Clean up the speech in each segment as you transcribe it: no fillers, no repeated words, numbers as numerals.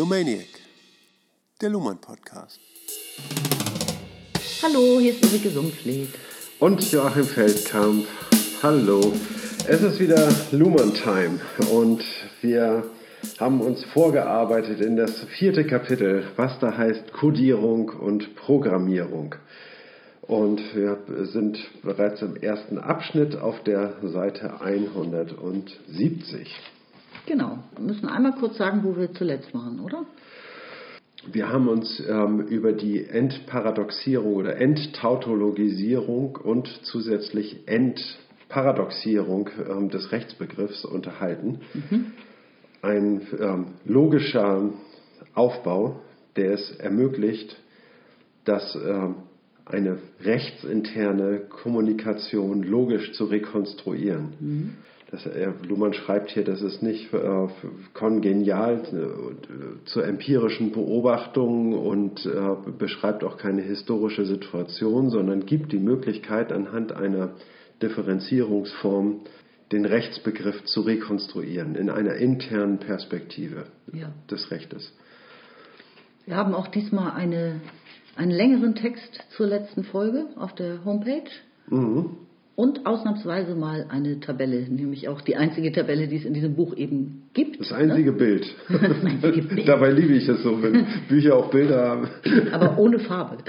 Lumaniac, der Luhmann-Podcast. Hallo, hier ist Ulrike Sumpfleth. Und Joachim Feldkamp. Hallo. Es ist wieder Luhmann-Time und wir haben uns vorgearbeitet in das 4. Kapitel, was da heißt Codierung und Programmierung. Und wir sind bereits im ersten Abschnitt auf der Seite 170. Genau. Wir müssen einmal kurz sagen, wo wir zuletzt waren, oder? Wir haben uns über die Entparadoxierung oder Enttautologisierung und zusätzlich Entparadoxierung des Rechtsbegriffs unterhalten. Ein logischer Aufbau, der es ermöglicht, dass eine rechtsinterne Kommunikation logisch zu rekonstruieren. Luhmann schreibt hier, dass es nicht kongenial zu empirischen Beobachtungen und beschreibt auch keine historische Situation, sondern gibt die Möglichkeit, anhand einer Differenzierungsform den Rechtsbegriff zu rekonstruieren in einer internen Perspektive des Rechtes. Wir haben auch diesmal einen längeren Text zur letzten Folge auf der Homepage. Und ausnahmsweise mal eine Tabelle, nämlich auch die einzige Tabelle, die es in diesem Buch eben gibt. Das einzige Bild. Dabei liebe ich es so, wenn Bücher auch Bilder haben. Aber ohne Farbe.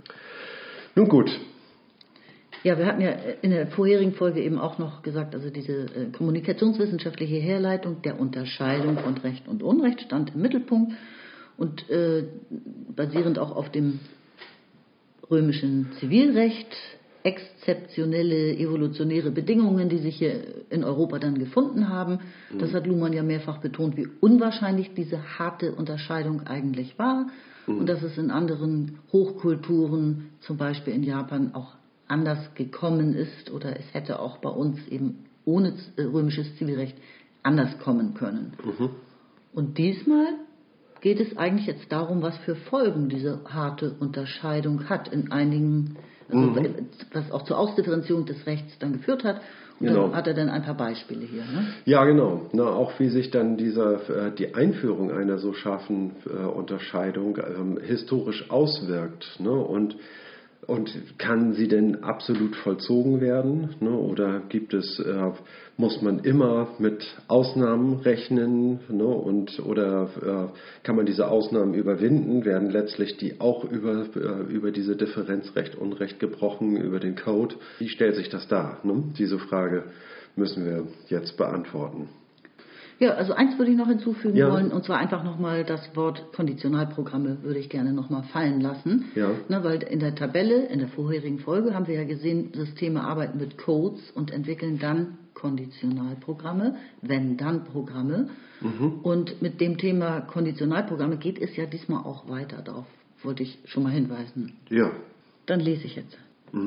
Nun gut. Ja, wir hatten ja in der vorherigen Folge eben auch noch gesagt, also diese kommunikationswissenschaftliche Herleitung der Unterscheidung von Recht und Unrecht stand im Mittelpunkt und basierend auch auf dem römischen Zivilrecht, exzeptionelle evolutionäre Bedingungen, die sich hier in Europa dann gefunden haben. Das hat Luhmann ja mehrfach betont, wie unwahrscheinlich diese harte Unterscheidung eigentlich war und dass es in anderen Hochkulturen, zum Beispiel in Japan, auch anders gekommen ist oder es hätte auch bei uns eben ohne römisches Zivilrecht anders kommen können. Und diesmal geht es eigentlich jetzt darum, was für Folgen diese harte Unterscheidung hat in einigen, was auch zur Ausdifferenzierung des Rechts dann geführt hat. Und da hat er dann ein paar Beispiele hier. Ne? Ja, genau. Auch wie sich dann die Einführung einer so scharfen Unterscheidung historisch auswirkt. Ne? Und kann sie denn absolut vollzogen werden? Ne? Oder muss man immer mit Ausnahmen rechnen? Ne? Oder kann man diese Ausnahmen überwinden? Werden letztlich die auch über diese Differenz Recht-Unrecht gebrochen, über den Code? Wie stellt sich das dar? Ne? Diese Frage müssen wir jetzt beantworten. Ja, also eins würde ich noch hinzufügen wollen, und zwar einfach nochmal das Wort Konditionalprogramme würde ich gerne nochmal fallen lassen. Ja. Ne, weil in der Tabelle, in der vorherigen Folge haben wir ja gesehen, Systeme arbeiten mit Codes und entwickeln dann Konditionalprogramme, Wenn-Dann-Programme. Und mit dem Thema Konditionalprogramme geht es ja diesmal auch weiter. Darauf wollte ich schon mal hinweisen. Ja. Dann lese ich jetzt.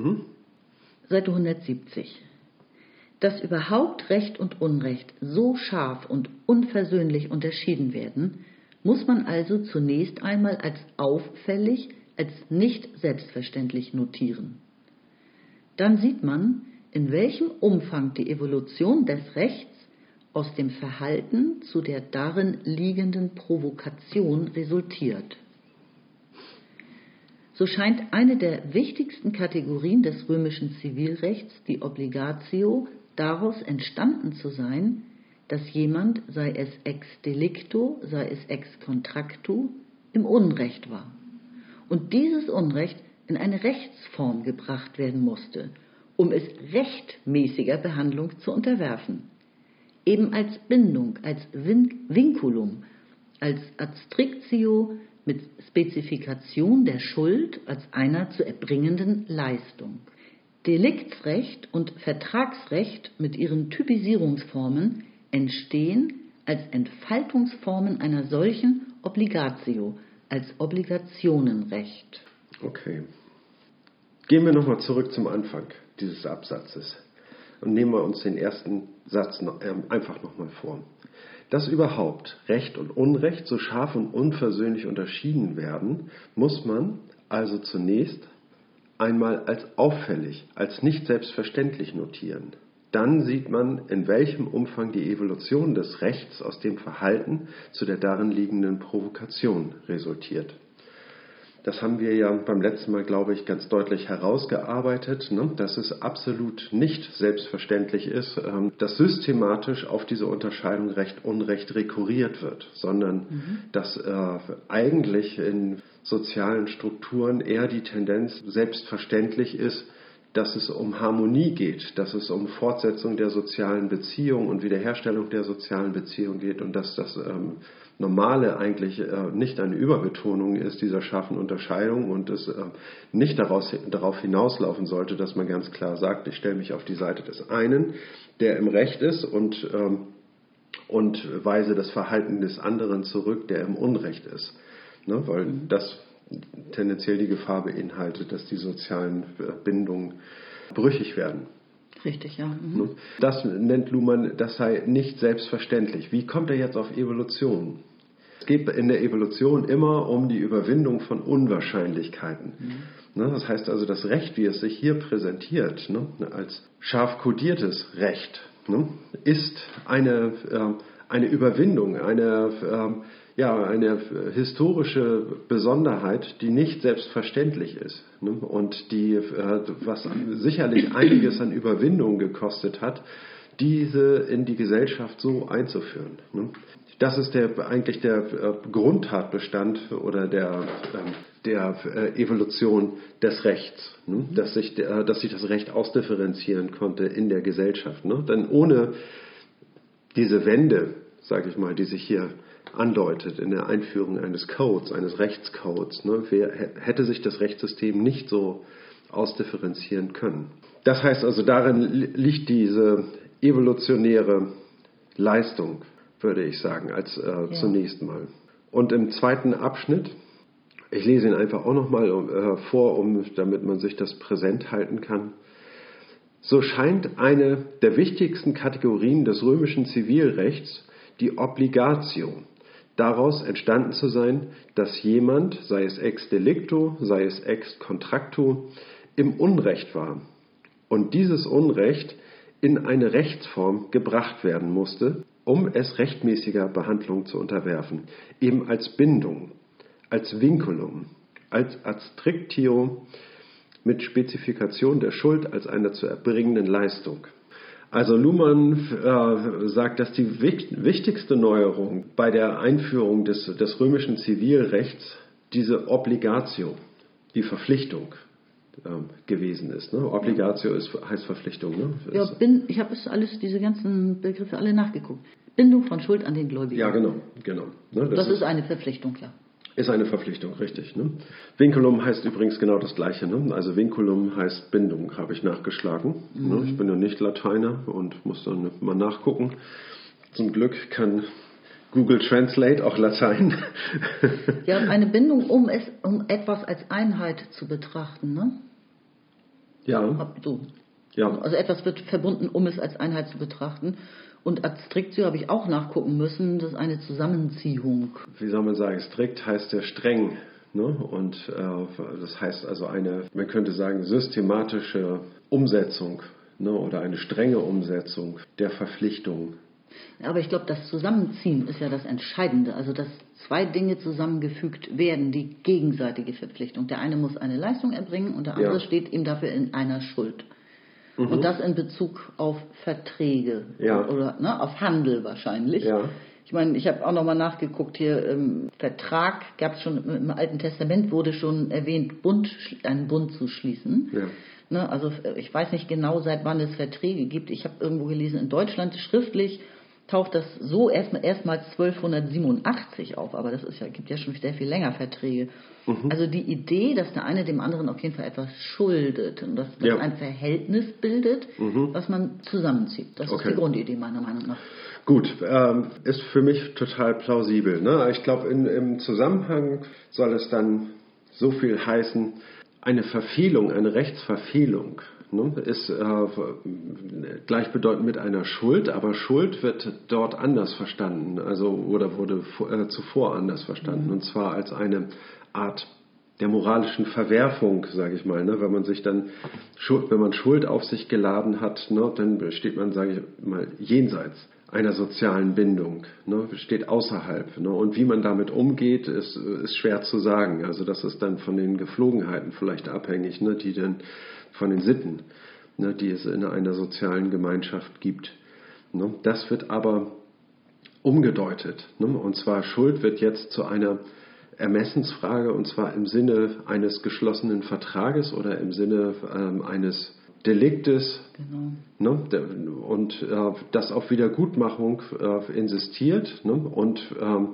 Seite 170. Dass überhaupt Recht und Unrecht so scharf und unversöhnlich unterschieden werden, muss man also zunächst einmal als auffällig, als nicht selbstverständlich notieren. Dann sieht man, in welchem Umfang die Evolution des Rechts aus dem Verhalten zu der darin liegenden Provokation resultiert. So scheint eine der wichtigsten Kategorien des römischen Zivilrechts, die Obligatio, daraus entstanden zu sein, dass jemand, sei es ex delicto, sei es ex contractu, im Unrecht war. Und dieses Unrecht in eine Rechtsform gebracht werden musste, um es rechtmäßiger Behandlung zu unterwerfen. Eben als Bindung, als Vinculum, als Adstrictio mit Spezifikation der Schuld als einer zu erbringenden Leistung. Deliktsrecht und Vertragsrecht mit ihren Typisierungsformen entstehen als Entfaltungsformen einer solchen Obligatio, als Obligationenrecht. Okay. Gehen wir nochmal zurück zum Anfang dieses Absatzes und nehmen wir uns den ersten Satz einfach nochmal vor. Dass überhaupt Recht und Unrecht so scharf und unversöhnlich unterschieden werden, muss man also zunächst einmal als auffällig, als nicht selbstverständlich notieren. dann sieht man, in welchem Umfang die Evolution des Rechts aus dem Verhalten zu der darin liegenden Provokation resultiert. Das haben wir ja beim letzten Mal, glaube ich, ganz deutlich herausgearbeitet, dass es absolut nicht selbstverständlich ist, dass systematisch auf diese Unterscheidung Recht-Unrecht rekurriert wird, sondern dass eigentlich in sozialen Strukturen eher die Tendenz selbstverständlich ist, dass es um Harmonie geht, dass es um Fortsetzung der sozialen Beziehung und Wiederherstellung der sozialen Beziehung geht und dass das Normale eigentlich nicht eine Überbetonung ist dieser scharfen Unterscheidung und es nicht darauf hinauslaufen sollte, dass man ganz klar sagt, ich stelle mich auf die Seite des einen, der im Recht ist und weise das Verhalten des anderen zurück, der im Unrecht ist. Ne? Weil das tendenziell die Gefahr beinhaltet, dass die sozialen Bindungen brüchig werden. Richtig, ja. Das nennt Luhmann, das sei nicht selbstverständlich. Wie kommt er jetzt auf Evolution? Es geht in der Evolution immer um die Überwindung von Unwahrscheinlichkeiten. Das heißt also, das Recht, wie es sich hier präsentiert, als scharf kodiertes Recht, ist eine Überwindung, eine historische Besonderheit, die nicht selbstverständlich ist und die, was sicherlich einiges an Überwindung gekostet hat, diese in die Gesellschaft so einzuführen. Das ist eigentlich der Grundtatbestand oder der Evolution des Rechts, dass sich das Recht ausdifferenzieren konnte in der Gesellschaft. Denn ohne diese Wende, sage ich mal, die sich hier andeutet in der Einführung eines Codes, eines Rechtscodes, hätte sich das Rechtssystem nicht so ausdifferenzieren können. Das heißt also, darin liegt diese evolutionäre Leistung, würde ich sagen, als zunächst mal. Und im zweiten Abschnitt, ich lese ihn einfach auch nochmal vor, damit man sich das präsent halten kann. So scheint eine der wichtigsten Kategorien des römischen Zivilrechts die Obligatio daraus entstanden zu sein, dass jemand, sei es ex delicto, sei es ex contractu, im Unrecht war und dieses Unrecht in eine Rechtsform gebracht werden musste, um es rechtmäßiger Behandlung zu unterwerfen, eben als Bindung, als Vinculum, als Adstrictio mit Spezifikation der Schuld als einer zu erbringenden Leistung. Also Luhmann sagt, dass die wichtigste Neuerung bei der Einführung des römischen Zivilrechts diese Obligatio, die Verpflichtung gewesen ist. Obligatio heißt Verpflichtung. Ja, ich habe diese ganzen Begriffe alle nachgeguckt. Bindung von Schuld an den Gläubigen. Ja, genau. Das ist eine Verpflichtung, klar. Ist eine Verpflichtung, richtig. Vinculum heißt übrigens genau das Gleiche. Also Vinculum heißt Bindung, habe ich nachgeschlagen. Ich bin ja nicht Lateiner und muss dann mal nachgucken. Zum Glück kann Google Translate auch Latein. Ja, eine Bindung, um etwas als Einheit zu betrachten, ne? Ja. Ja. Also etwas wird verbunden, um es als Einheit zu betrachten. Und Adstrictio habe ich auch nachgucken müssen, das ist eine Zusammenziehung. Wie soll man sagen, strikt heißt ja streng. Und das heißt also man könnte sagen, systematische Umsetzung oder eine strenge Umsetzung der Verpflichtung. Aber ich glaube, das Zusammenziehen ist ja das Entscheidende. Also, dass zwei Dinge zusammengefügt werden, die gegenseitige Verpflichtung. Der eine muss eine Leistung erbringen und der andere steht ihm dafür in einer Schuld. Und das in Bezug auf Verträge oder auf Handel wahrscheinlich. Ja. Ich meine, ich habe auch nochmal nachgeguckt hier, Vertrag gab es schon im Alten Testament, wurde schon erwähnt, einen Bund zu schließen. Ja. Also ich weiß nicht genau, seit wann es Verträge gibt. Ich habe irgendwo gelesen, in Deutschland schriftlich taucht das so erstmals 1287 auf, aber gibt ja schon sehr viel länger Verträge. Also die Idee, dass der eine dem anderen auf jeden Fall etwas schuldet und dass das ein Verhältnis bildet, was man zusammenzieht. Das ist die Grundidee meiner Meinung nach. Gut, ist für mich total plausibel. Ich glaube, im Zusammenhang soll es dann so viel heißen, eine Verfehlung, eine Rechtsverfehlung ist gleichbedeutend mit einer Schuld, aber Schuld wird dort anders verstanden, oder wurde zuvor anders verstanden, und zwar als eine Art moralischen Verwerfung, sage ich mal. Ne? Wenn man Schuld auf sich geladen hat, ne, dann steht man, sage ich mal, jenseits einer sozialen Bindung, ne, steht außerhalb. Ne? Und wie man damit umgeht, ist schwer zu sagen. Also das ist dann von den Gepflogenheiten vielleicht abhängig, ne, die dann von den Sitten, ne, die es in einer sozialen Gemeinschaft gibt. Ne? Das wird aber umgedeutet. Ne? Und zwar Schuld wird jetzt zu einer Ermessensfrage, und zwar im Sinne eines geschlossenen Vertrages oder im Sinne eines Deliktes, genau. Ne? Und das auf Wiedergutmachung insistiert, ne? Und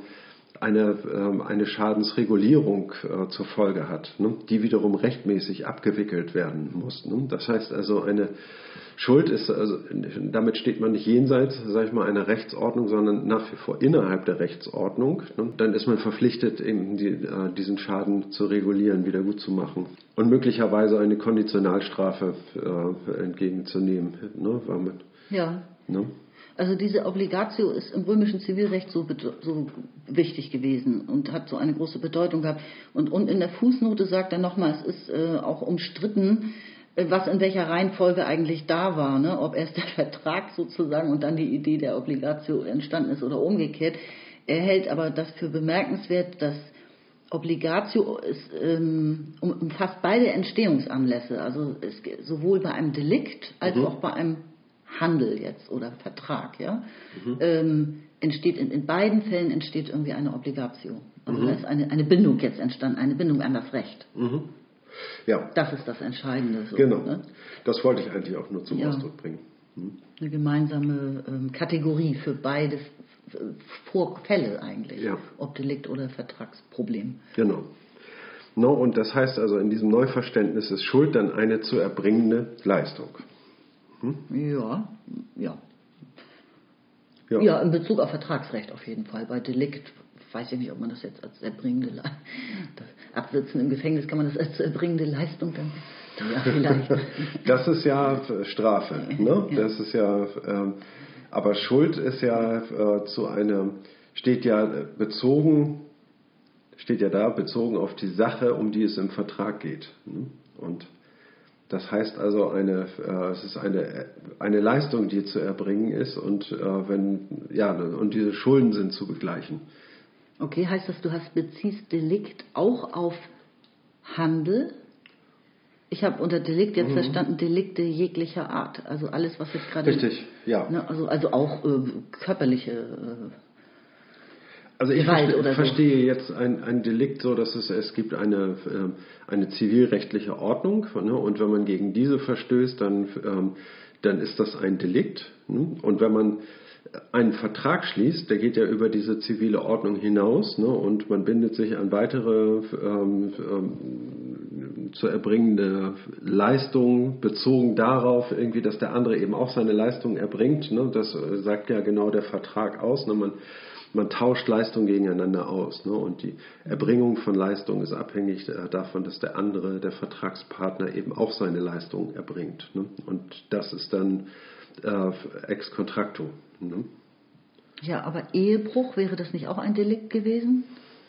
eine Schadensregulierung zur Folge hat, ne? Die wiederum rechtmäßig abgewickelt werden muss. Ne? Das heißt also, eine Schuld ist, also damit steht man nicht jenseits, sage ich mal, einer Rechtsordnung, sondern nach wie vor innerhalb der Rechtsordnung. Ne? Dann ist man verpflichtet, eben diesen Schaden zu regulieren, wieder gut zu machen und möglicherweise eine Konditionalstrafe entgegenzunehmen. Ne? Ja. Ne? Also diese Obligatio ist im römischen Zivilrecht so wichtig gewesen und hat so eine große Bedeutung gehabt. Und in der Fußnote sagt er nochmal, es ist auch umstritten, was in welcher Reihenfolge eigentlich da war, ne? Ob erst der Vertrag sozusagen und dann die Idee der Obligatio entstanden ist oder umgekehrt. Er hält aber das für bemerkenswert, dass Obligatio umfasst beide Entstehungsanlässe, also sowohl bei einem Delikt als auch bei einem Handel jetzt oder Vertrag, ja, entsteht in beiden Fällen entsteht irgendwie eine Obligatio. Also da ist eine Bindung jetzt entstanden, eine Bindung an das Recht. Ja. Das ist das Entscheidende. So, genau. Ne? Das wollte ich eigentlich auch nur zum Ausdruck bringen. Eine gemeinsame Kategorie für beide Fälle eigentlich. Ja. Ob Delikt oder Vertragsproblem. Genau. No, und das heißt also, in diesem Neuverständnis ist Schuld dann eine zu erbringende Leistung. Ja. Ja, in Bezug auf Vertragsrecht auf jeden Fall. Bei Delikt weiß ich nicht, ob man das jetzt als erbringende das Absitzen im Gefängnis, kann man das als erbringende Leistung dann? Ja, vielleicht. Das ist ja Strafe, ne? Ja. Das ist ja, aber Schuld ist ja steht ja bezogen auf die Sache, um die es im Vertrag geht. Ne? Und das heißt also, es ist eine Leistung, die zu erbringen ist und diese Schulden sind zu begleichen. Okay, heißt das, beziehst Delikt auch auf Handel? Ich habe unter Delikt jetzt verstanden, Delikte jeglicher Art. Also alles, was jetzt gerade... Richtig, ja. Ne, also auch körperliche Also ich verstehe jetzt ein Delikt so, dass es gibt eine zivilrechtliche Ordnung, ne? Und wenn man gegen diese verstößt, dann ist das ein Delikt. Ne? Und wenn man einen Vertrag schließt, der geht ja über diese zivile Ordnung hinaus, ne? Und man bindet sich an weitere zu erbringende Leistungen bezogen darauf, irgendwie, dass der andere eben auch seine Leistung erbringt. Ne? Das sagt ja genau der Vertrag aus. Ne? Man tauscht Leistung gegeneinander aus. Ne? Und die Erbringung von Leistung ist abhängig davon, dass der andere, der Vertragspartner, eben auch seine Leistung erbringt. Ne? Und das ist dann ex contracto. Ne? Ja, aber Ehebruch, wäre das nicht auch ein Delikt gewesen?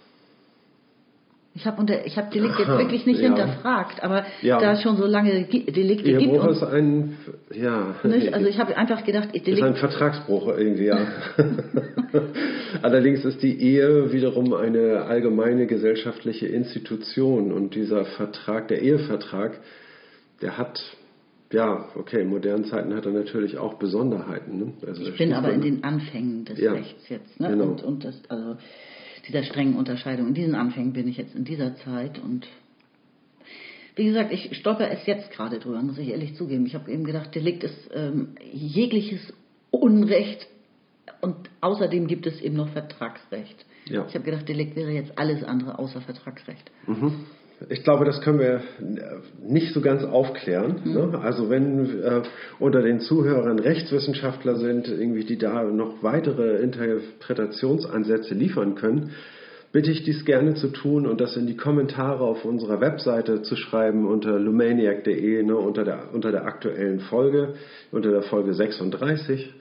Ich habe Delikt jetzt wirklich nicht hinterfragt, aber da es schon so lange Delikte gibt. Ehebruch ist ein, nicht? Also ich habe einfach gedacht, Delikt ist ein Vertragsbruch irgendwie, ja. Allerdings ist die Ehe wiederum eine allgemeine gesellschaftliche Institution und dieser Vertrag, der Ehevertrag, der hat, in modernen Zeiten hat er natürlich auch Besonderheiten. Ne? Also ich bin aber in den Anfängen des Rechts jetzt, ne? Genau. Und das, also dieser strengen Unterscheidung. In diesen Anfängen bin ich jetzt in dieser Zeit und wie gesagt, ich stolper es jetzt gerade drüber, muss ich ehrlich zugeben. Ich habe eben gedacht, Delikt ist jegliches Unrecht und außerdem gibt es eben noch Vertragsrecht. Ja. Ich habe gedacht, Delikt wäre jetzt alles andere außer Vertragsrecht. Ich glaube, das können wir nicht so ganz aufklären. Ne? Also wenn unter den Zuhörern Rechtswissenschaftler sind, irgendwie die da noch weitere Interpretationsansätze liefern können, bitte ich dies gerne zu tun und das in die Kommentare auf unserer Webseite zu schreiben unter lumaniac.de, ne, unter der aktuellen Folge, unter der Folge 36.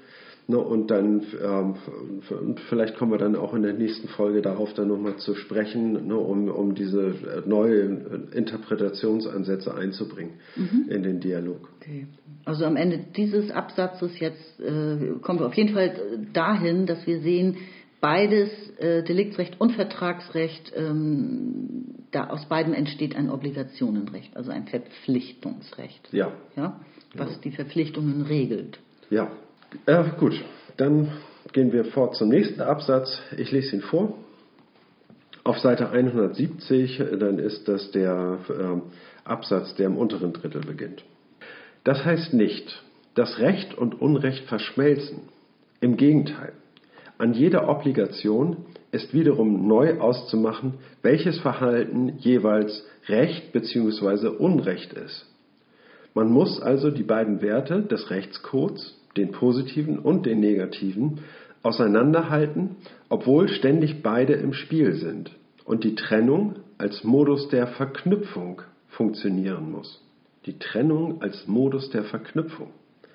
Ne, und dann, vielleicht kommen wir dann auch in der nächsten Folge darauf dann nochmal zu sprechen, ne, um diese neue Interpretationsansätze einzubringen in den Dialog. Okay. Also am Ende dieses Absatzes jetzt kommen wir auf jeden Fall dahin, dass wir sehen, beides, Deliktsrecht und Vertragsrecht, da aus beiden entsteht ein Obligationenrecht, also ein Verpflichtungsrecht. Ja. Ja, was die Verpflichtungen regelt. Ja. Gut, dann gehen wir fort zum nächsten Absatz. Ich lese ihn vor. Auf Seite 170, dann ist das der Absatz, der im unteren Drittel beginnt. Das heißt nicht, dass Recht und Unrecht verschmelzen. Im Gegenteil. An jeder Obligation ist wiederum neu auszumachen, welches Verhalten jeweils Recht bzw. Unrecht ist. Man muss also die beiden Werte des Rechtscodes, den positiven und den negativen, auseinanderhalten, obwohl ständig beide im Spiel sind und die Trennung als Modus der Verknüpfung funktionieren muss. Die Trennung als Modus der Verknüpfung.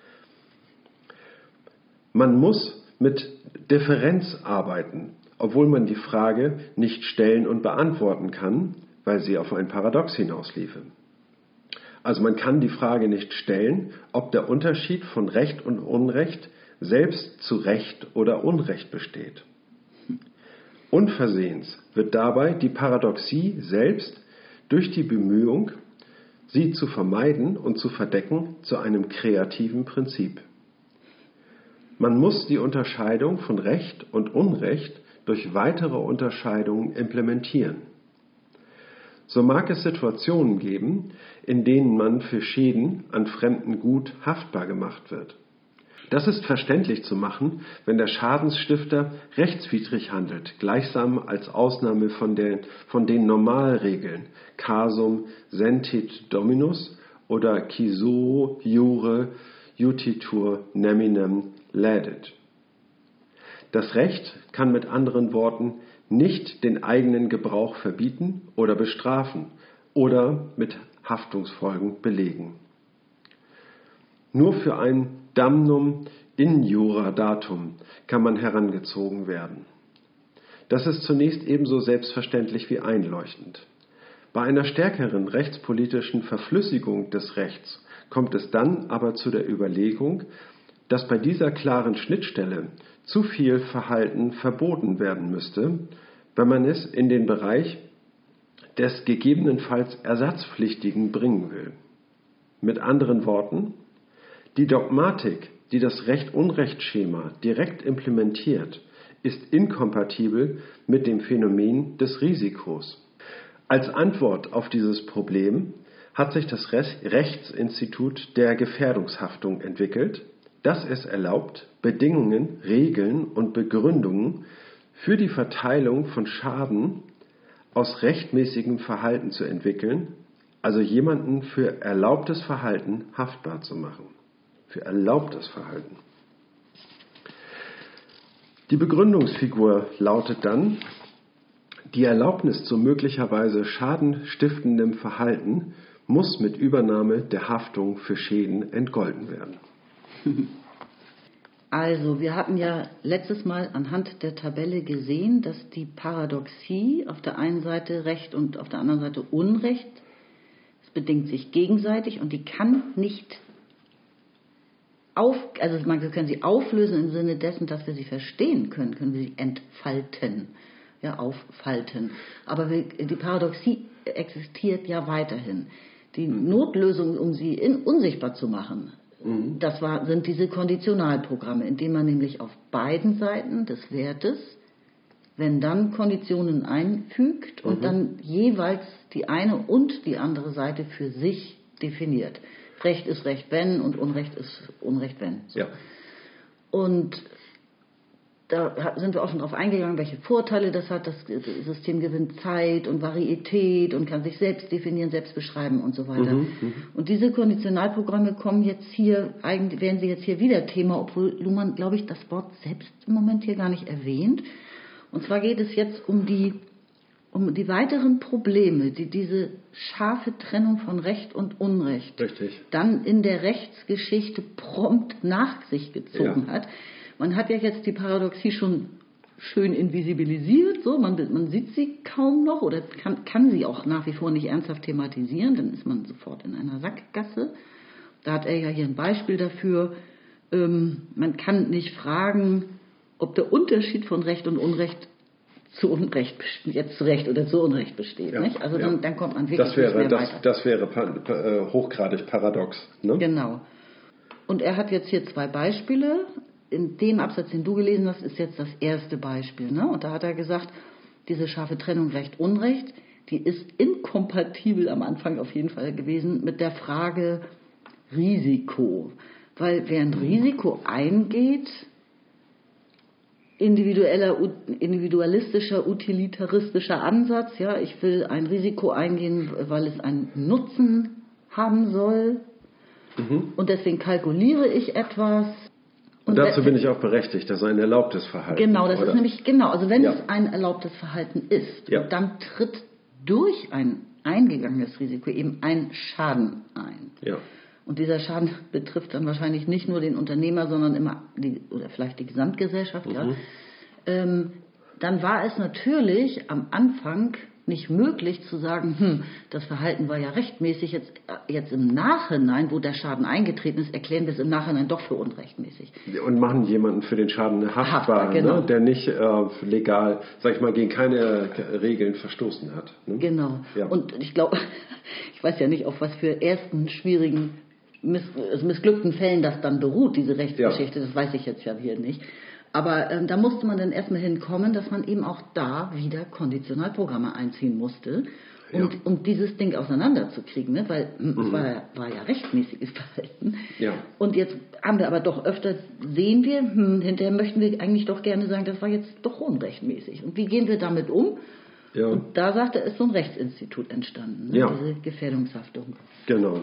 Man muss mit Differenz arbeiten, obwohl man die Frage nicht stellen und beantworten kann, weil sie auf ein Paradox hinausliefe. Also man kann die Frage nicht stellen, ob der Unterschied von Recht und Unrecht selbst zu Recht oder Unrecht besteht. Unversehens wird dabei die Paradoxie selbst durch die Bemühung, sie zu vermeiden und zu verdecken, zu einem kreativen Prinzip. Man muss die Unterscheidung von Recht und Unrecht durch weitere Unterscheidungen implementieren. So mag es Situationen geben, in denen man für Schäden an fremdem Gut haftbar gemacht wird. Das ist verständlich zu machen, wenn der Schadensstifter rechtswidrig handelt, gleichsam als Ausnahme von den Normalregeln casum sentit dominus oder qui suo iure iuditur neminem laedit. Das Recht kann mit anderen Worten nicht den eigenen Gebrauch verbieten oder bestrafen oder mit Haftungsfolgen belegen. Nur für ein damnum in jura datum kann man herangezogen werden. Das ist zunächst ebenso selbstverständlich wie einleuchtend. Bei einer stärkeren rechtspolitischen Verflüssigung des Rechts kommt es dann aber zu der Überlegung, dass bei dieser klaren Schnittstelle zu viel Verhalten verboten werden müsste, wenn man es in den Bereich des gegebenenfalls Ersatzpflichtigen bringen will. Mit anderen Worten, die Dogmatik, die das Recht-Unrecht-Schema direkt implementiert, ist inkompatibel mit dem Phänomen des Risikos. Als Antwort auf dieses Problem hat sich das Rechtsinstitut der Gefährdungshaftung entwickelt, das es erlaubt, Bedingungen, Regeln und Begründungen für die Verteilung von Schaden aus rechtmäßigem Verhalten zu entwickeln, also jemanden für erlaubtes Verhalten haftbar zu machen. Für erlaubtes Verhalten. Die Begründungsfigur lautet dann, die Erlaubnis zu möglicherweise schadenstiftendem Verhalten muss mit Übernahme der Haftung für Schäden entgolten werden. Also, wir hatten ja letztes Mal anhand der Tabelle gesehen, dass die Paradoxie auf der einen Seite Recht und auf der anderen Seite Unrecht, es bedingt sich gegenseitig und die kann nicht wir können sie auflösen im Sinne dessen, dass wir sie verstehen können, können wir sie entfalten, ja, aufalten. Aber die Paradoxie existiert ja weiterhin. Die Notlösung, um sie unsichtbar zu machen, sind diese Konditionalprogramme, indem man nämlich auf beiden Seiten des Wertes, wenn dann Konditionen einfügt und dann jeweils die eine und die andere Seite für sich definiert. Recht ist Recht, wenn, und Unrecht ist Unrecht, wenn. So. Ja. Und da sind wir auch schon drauf eingegangen, welche Vorteile das hat. Das System gewinnt Zeit und Varietät und kann sich selbst definieren, selbst beschreiben und so weiter. Und diese Konditionalprogramme kommen jetzt hier, eigentlich werden sie jetzt hier wieder Thema, obwohl Luhmann, glaube ich, das Wort selbst im Moment hier gar nicht erwähnt. Und zwar geht es jetzt um die weiteren Probleme, die diese scharfe Trennung von Recht und Unrecht Richtig. dann in der Rechtsgeschichte prompt nach sich gezogen hat. man hat ja jetzt die Paradoxie schon schön invisibilisiert, so, man sieht sie kaum noch oder kann sie auch nach wie vor nicht ernsthaft thematisieren, dann ist man sofort in einer Sackgasse. Da hat er ja hier ein Beispiel dafür, man kann nicht fragen, ob der Unterschied von Recht und Unrecht zu Unrecht jetzt zu Recht oder zu Unrecht besteht. Ja, nicht? Also dann kommt man wirklich nicht mehr weiter. Das wäre hochgradig paradox. Ne? Genau. Und er hat jetzt hier 2 Beispiele. In dem Absatz, den du gelesen hast, ist jetzt das erste Beispiel. Ne? Und da hat er gesagt, diese scharfe Trennung Recht-Unrecht, die ist inkompatibel am Anfang auf jeden Fall gewesen mit der Frage Risiko. Weil wer ein Risiko eingeht, individualistischer, utilitaristischer Ansatz, ja, ich will ein Risiko eingehen, weil es einen Nutzen haben soll und deswegen kalkuliere ich etwas. Und dazu bin ich auch berechtigt, das ist ein erlaubtes Verhalten. Genau, das ist nämlich, also wenn es ein erlaubtes Verhalten ist, dann tritt durch ein eingegangenes Risiko eben ein Schaden ein. Ja. Und dieser Schaden betrifft dann wahrscheinlich nicht nur den Unternehmer, sondern immer oder vielleicht die Gesamtgesellschaft. Ja. Dann war es natürlich am Anfang nicht möglich zu sagen, das Verhalten war ja rechtmäßig, jetzt im Nachhinein, wo der Schaden eingetreten ist, erklären wir es im Nachhinein doch für unrechtmäßig. Und machen jemanden für den Schaden haftbar, genau. Ne, der nicht legal, sag ich mal, gegen keine Regeln verstoßen hat. Ne? Genau. Ja. Und ich glaube, ich weiß ja nicht, auf was für ersten schwierigen, missglückten Fällen das dann beruht, diese Rechtsgeschichte, das weiß ich jetzt ja hier nicht. Aber da musste man dann erstmal hinkommen, dass man eben auch da wieder Konditionalprogramme einziehen musste, um dieses Ding auseinanderzukriegen, ne? Weil es war ja rechtmäßiges Verhalten. Ja. Und jetzt haben wir aber doch öfter, sehen wir, hinterher möchten wir eigentlich doch gerne sagen, das war jetzt doch unrechtmäßig. Und wie gehen wir damit um? Ja. Und da sagte er, ist so ein Rechtsinstitut entstanden, ne? Diese Gefährdungshaftung. Genau.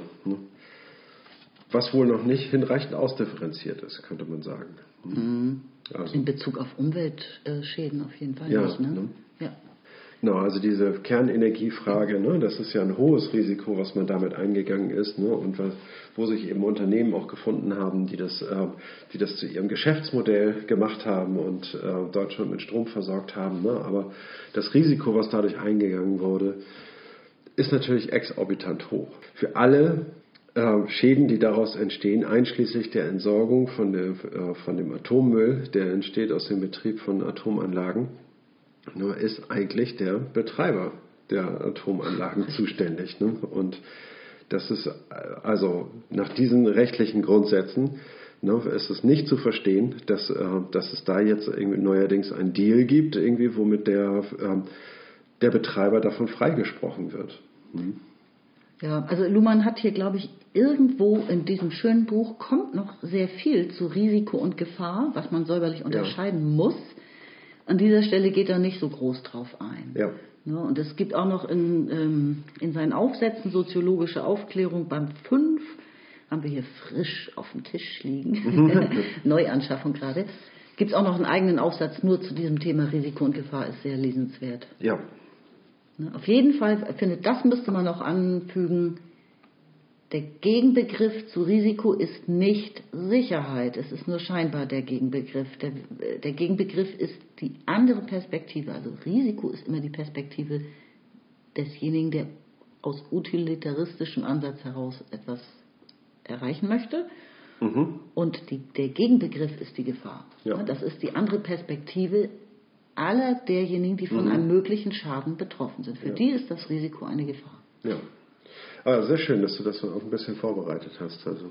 Was wohl noch nicht hinreichend ausdifferenziert ist, könnte man sagen. Also, in Bezug auf Umweltschäden auf jeden Fall nicht. Ne? Ja. Genau, also diese Kernenergiefrage, ne, das ist ja ein hohes Risiko, was man damit eingegangen ist, ne, und wo sich eben Unternehmen auch gefunden haben, die das zu ihrem Geschäftsmodell gemacht haben und Deutschland mit Strom versorgt haben. Ne, aber das Risiko, was dadurch eingegangen wurde, ist natürlich exorbitant hoch. Für alle Schäden, die daraus entstehen, einschließlich der Entsorgung von dem Atommüll, der entsteht aus dem Betrieb von Atomanlagen, ist eigentlich der Betreiber der Atomanlagen zuständig. Ne? Und das ist also nach diesen rechtlichen Grundsätzen, ist es nicht zu verstehen, dass es da jetzt irgendwie neuerdings einen Deal gibt, irgendwie, womit der Betreiber davon freigesprochen wird. Ja, also Luhmann hat hier, glaube ich, irgendwo in diesem schönen Buch kommt noch sehr viel zu Risiko und Gefahr, was man säuberlich unterscheiden muss. An dieser Stelle geht er nicht so groß drauf ein. Ja. Ja, und es gibt auch noch in seinen Aufsätzen soziologische Aufklärung beim 5, haben wir hier frisch auf dem Tisch liegen, Neuanschaffung gerade, gibt es auch noch einen eigenen Aufsatz nur zu diesem Thema Risiko und Gefahr, ist sehr lesenswert. Ja. Auf jeden Fall, ich finde, das müsste man noch anfügen, der Gegenbegriff zu Risiko ist nicht Sicherheit, es ist nur scheinbar der Gegenbegriff. Der Gegenbegriff ist die andere Perspektive, also Risiko ist immer die Perspektive desjenigen, der aus utilitaristischem Ansatz heraus etwas erreichen möchte. Und der Gegenbegriff ist die Gefahr. Ja. Das ist die andere Perspektive aller derjenigen, die von einem möglichen Schaden betroffen sind. Für die ist das Risiko eine Gefahr. Ja. Aber sehr schön, dass du das auch ein bisschen vorbereitet hast. Also,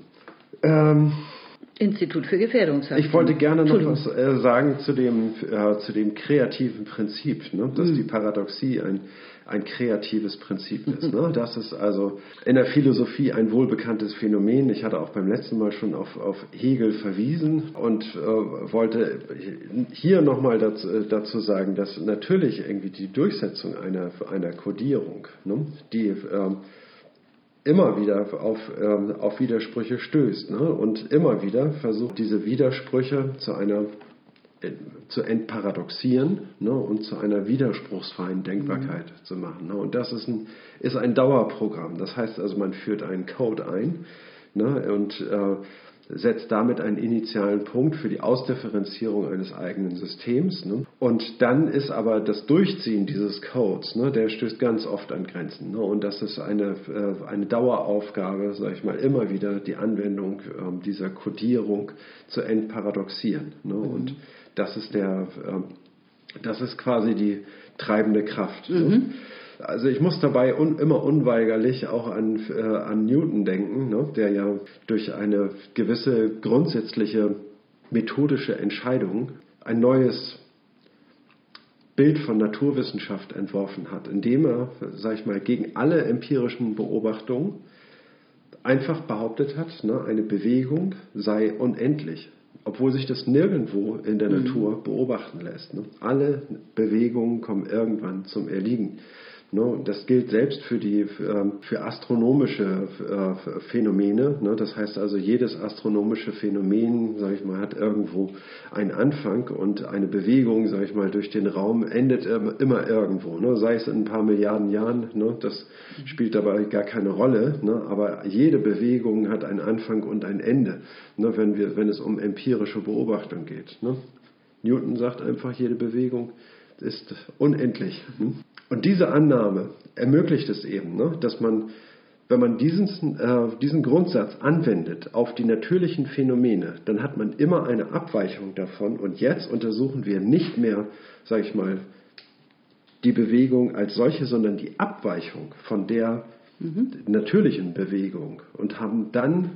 Institut für Gefährdungshaftung. Ich wollte gerne noch was sagen zu dem kreativen Prinzip, ne? Dass die Paradoxie ein kreatives Prinzip ist. Ne? Das ist also in der Philosophie ein wohlbekanntes Phänomen. Ich hatte auch beim letzten Mal schon auf Hegel verwiesen und wollte hier nochmal dazu sagen, dass natürlich irgendwie die Durchsetzung einer Kodierung, ne? Die immer wieder auf Widersprüche stößt, ne? Und immer wieder versucht, diese Widersprüche zu entparadoxieren, ne? Und zu einer widerspruchsfreien Denkbarkeit zu machen. Ne? Und das ist ein Dauerprogramm. Das heißt also, man führt einen Code ein, ne? Und setzt damit einen initialen Punkt für die Ausdifferenzierung eines eigenen Systems. Ne? Und dann ist aber das Durchziehen dieses Codes, ne, der stößt ganz oft an Grenzen. Ne? Und das ist eine Daueraufgabe, sage ich mal, immer wieder die Anwendung dieser Codierung zu entparadoxieren. Ne? Und das ist quasi die treibende Kraft. Ne? Also ich muss dabei immer unweigerlich auch an Newton denken, ne, der ja durch eine gewisse grundsätzliche methodische Entscheidung ein neues Bild von Naturwissenschaft entworfen hat, indem er, sag ich mal, gegen alle empirischen Beobachtungen einfach behauptet hat, ne, eine Bewegung sei unendlich, obwohl sich das nirgendwo in der Natur beobachten lässt. Ne. Alle Bewegungen kommen irgendwann zum Erliegen. Das gilt selbst für astronomische Phänomene. Das heißt also, jedes astronomische Phänomen, sage ich mal, hat irgendwo einen Anfang und eine Bewegung, sage ich mal, durch den Raum endet immer irgendwo. Sei es in ein paar Milliarden Jahren, das spielt dabei gar keine Rolle. Aber jede Bewegung hat einen Anfang und ein Ende, wenn es um empirische Beobachtung geht. Newton sagt einfach, jede Bewegung ist unendlich. Und diese Annahme ermöglicht es eben, dass man, wenn man diesen Grundsatz anwendet auf die natürlichen Phänomene, dann hat man immer eine Abweichung davon. Und jetzt untersuchen wir nicht mehr, sage ich mal, die Bewegung als solche, sondern die Abweichung von der natürlichen Bewegung und haben dann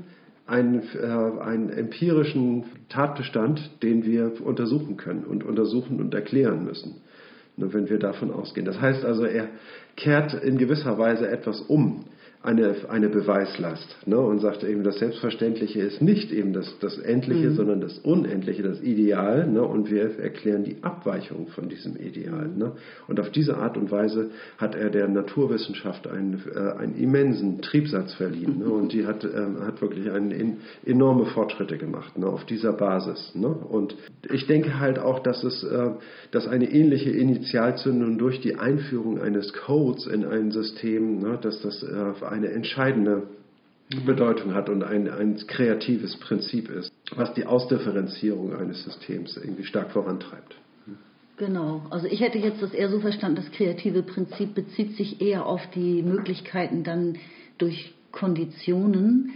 einen empirischen Tatbestand, den wir untersuchen können und untersuchen und erklären müssen, wenn wir davon ausgehen. Das heißt also, er kehrt in gewisser Weise etwas um, eine Beweislast, und sagt eben, das Selbstverständliche ist nicht eben das Endliche, sondern das Unendliche, das Ideal, und wir erklären die Abweichung von diesem Ideal. Und auf diese Art und Weise hat er der Naturwissenschaft einen immensen Triebsatz verliehen, und die hat wirklich enorme Fortschritte gemacht, auf dieser Basis. Und ich denke halt auch, dass eine ähnliche Initialzündung durch die Einführung eines Codes in ein System, dass das eine entscheidende Bedeutung hat und ein kreatives Prinzip ist, was die Ausdifferenzierung eines Systems irgendwie stark vorantreibt. Genau, also ich hätte jetzt das eher so verstanden, das kreative Prinzip bezieht sich eher auf die Möglichkeiten dann durch Konditionen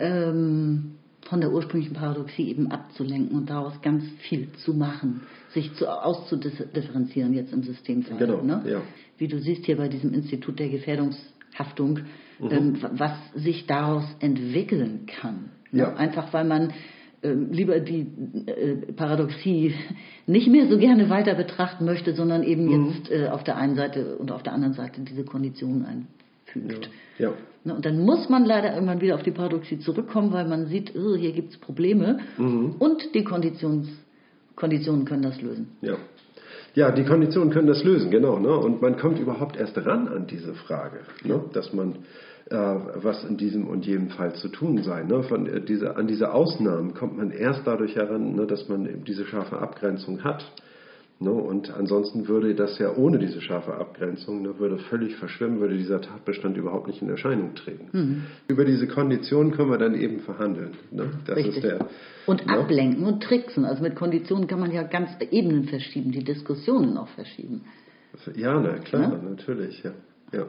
von der ursprünglichen Paradoxie eben abzulenken und daraus ganz viel zu machen, sich auszudifferenzieren jetzt im Systemfall. Genau, ne? Ja. Wie du siehst hier bei diesem Institut der Gefährdungshaftung, was sich daraus entwickeln kann. Ja. Einfach weil man lieber die Paradoxie nicht mehr so gerne weiter betrachten möchte, sondern eben jetzt auf der einen Seite und auf der anderen Seite diese Konditionen einfügt. Ja. Und dann muss man leider irgendwann wieder auf die Paradoxie zurückkommen, weil man sieht, hier gibt es Probleme und die Konditionen können das lösen. Ja, die Konditionen können das lösen, genau. Und man kommt überhaupt erst ran an diese Frage, dass man, was in diesem und jenem Fall zu tun sei. An diese Ausnahmen kommt man erst dadurch heran, dass man eben diese scharfe Abgrenzung hat. Und ansonsten würde das ja ohne diese scharfe Abgrenzung würde völlig verschwimmen, würde dieser Tatbestand überhaupt nicht in Erscheinung treten. Über diese Konditionen können wir dann eben verhandeln. Das Richtig. ist und ablenken und tricksen. Also mit Konditionen kann man ja ganz Ebenen verschieben, die Diskussionen auch verschieben. Ja, na klar, natürlich. Ja.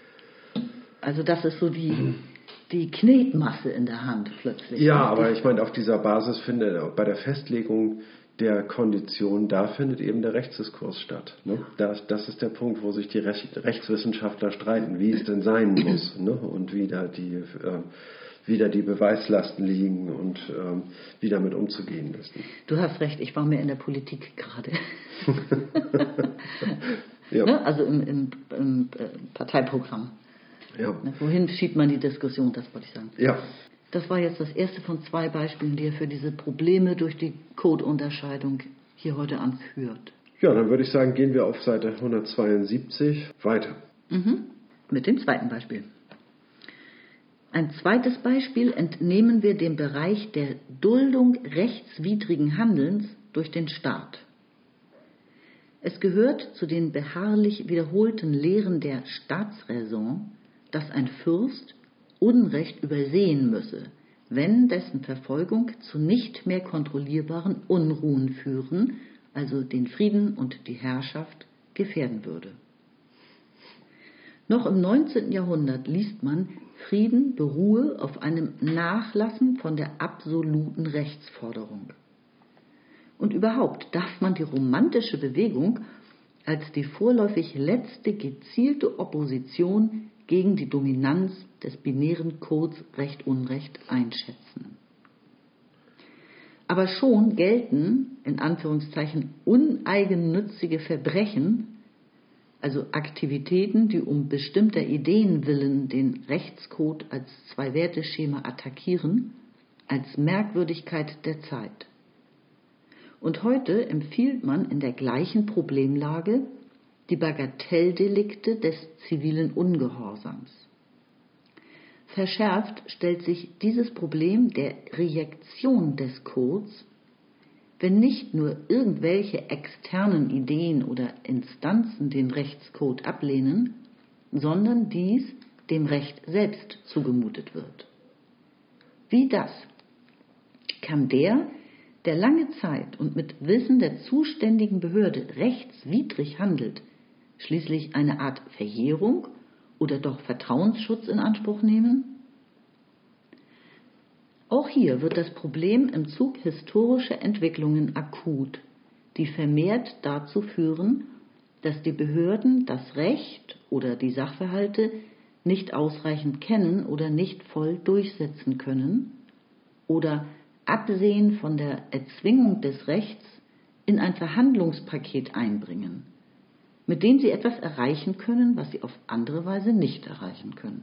Also das ist so die Knetmasse in der Hand plötzlich. Ja, aber ich meine, auf dieser Basis bei der Festlegung der Kondition, da findet eben der Rechtsdiskurs statt. Das ist der Punkt, wo sich die Rechtswissenschaftler streiten, wie es denn sein muss, und wie da die Beweislasten liegen und wie damit umzugehen ist. Du hast recht, ich war mehr in der Politik gerade. Ja. Also im Parteiprogramm. Ja. Wohin schiebt man die Diskussion, das wollte ich sagen. Ja. Das war jetzt das erste von 2 Beispielen, die er für diese Probleme durch die Codeunterscheidung hier heute anführt. Ja, dann würde ich sagen, gehen wir auf Seite 172 weiter. Mit dem zweiten Beispiel. Ein zweites Beispiel entnehmen wir dem Bereich der Duldung rechtswidrigen Handelns durch den Staat. Es gehört zu den beharrlich wiederholten Lehren der Staatsräson, dass ein Fürst Unrecht übersehen müsse, wenn dessen Verfolgung zu nicht mehr kontrollierbaren Unruhen führen, also den Frieden und die Herrschaft gefährden würde. Noch im 19. Jahrhundert liest man, Frieden beruhe auf einem Nachlassen von der absoluten Rechtsforderung. Und überhaupt darf man die romantische Bewegung als die vorläufig letzte gezielte Opposition gegen die Dominanz des binären Codes Recht-Unrecht einschätzen. Aber schon gelten, in Anführungszeichen, uneigennützige Verbrechen, also Aktivitäten, die um bestimmter Ideen willen den Rechtscode als Zwei-Werte-Schema attackieren, als Merkwürdigkeit der Zeit. Und heute empfiehlt man in der gleichen Problemlage die Bagatelldelikte des zivilen Ungehorsams. Verschärft stellt sich dieses Problem der Rejektion des Codes, wenn nicht nur irgendwelche externen Ideen oder Instanzen den Rechtscode ablehnen, sondern dies dem Recht selbst zugemutet wird. Wie das kann der lange Zeit und mit Wissen der zuständigen Behörde rechtswidrig handelt, schließlich eine Art Verjährung oder doch Vertrauensschutz in Anspruch nehmen? Auch hier wird das Problem im Zug historischer Entwicklungen akut, die vermehrt dazu führen, dass die Behörden das Recht oder die Sachverhalte nicht ausreichend kennen oder nicht voll durchsetzen können oder absehen von der Erzwingung des Rechts in ein Verhandlungspaket einbringen, mit dem sie etwas erreichen können, was sie auf andere Weise nicht erreichen können.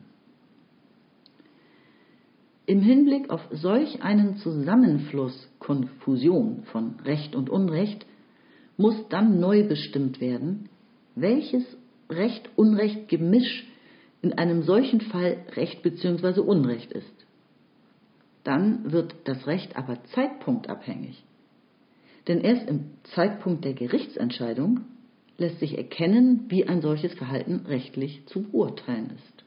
Im Hinblick auf solch einen Zusammenfluss, Konfusion von Recht und Unrecht, muss dann neu bestimmt werden, welches Recht-Unrecht-Gemisch in einem solchen Fall Recht bzw. Unrecht ist. Dann wird das Recht aber zeitpunktabhängig. Denn erst im Zeitpunkt der Gerichtsentscheidung lässt sich erkennen, wie ein solches Verhalten rechtlich zu beurteilen ist.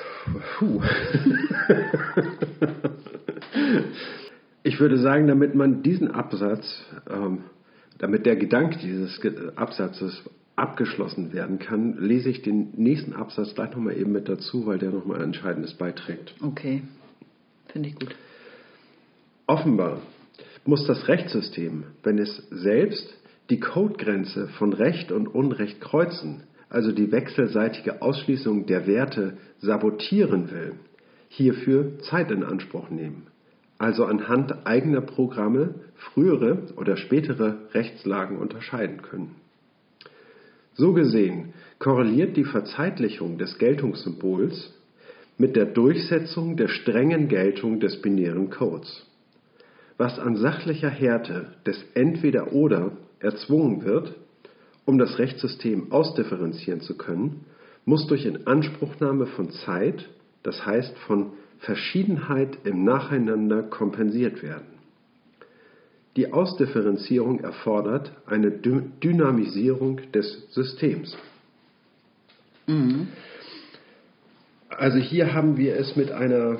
Ich würde sagen, damit man diesen Absatz, damit der Gedanke dieses Absatzes abgeschlossen werden kann, lese ich den nächsten Absatz gleich nochmal eben mit dazu, weil der nochmal Entscheidendes beiträgt. Okay, finde ich gut. Offenbar muss das Rechtssystem, wenn es selbst die Codegrenze von Recht und Unrecht kreuzen, also die wechselseitige Ausschließung der Werte sabotieren will, hierfür Zeit in Anspruch nehmen, also anhand eigener Programme frühere oder spätere Rechtslagen unterscheiden können. So gesehen korreliert die Verzeitlichung des Geltungssymbols mit der Durchsetzung der strengen Geltung des binären Codes. Was an sachlicher Härte des Entweder-Oder erzwungen wird, um das Rechtssystem ausdifferenzieren zu können, muss durch Inanspruchnahme von Zeit, das heißt von Verschiedenheit im Nacheinander kompensiert werden. Die Ausdifferenzierung erfordert eine Dynamisierung des Systems. Mhm. Also hier haben wir es mit einer,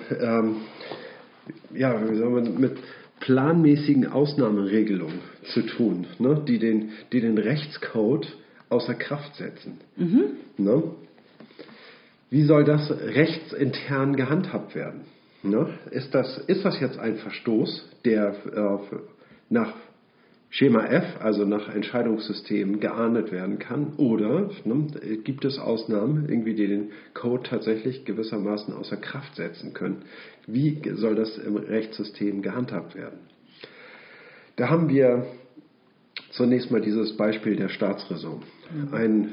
mit planmäßigen Ausnahmeregelungen zu tun, ne, die den Rechtscode außer Kraft setzen. Mhm. Ne? Wie soll das rechtsintern gehandhabt werden? Ne? Ist das jetzt ein Verstoß, der nach Schema F, also nach Entscheidungssystemen, geahndet werden kann? Oder gibt es Ausnahmen, irgendwie, die den Code tatsächlich gewissermaßen außer Kraft setzen können? Wie soll das im Rechtssystem gehandhabt werden? Da haben wir zunächst mal dieses Beispiel der Staatsräson. Eine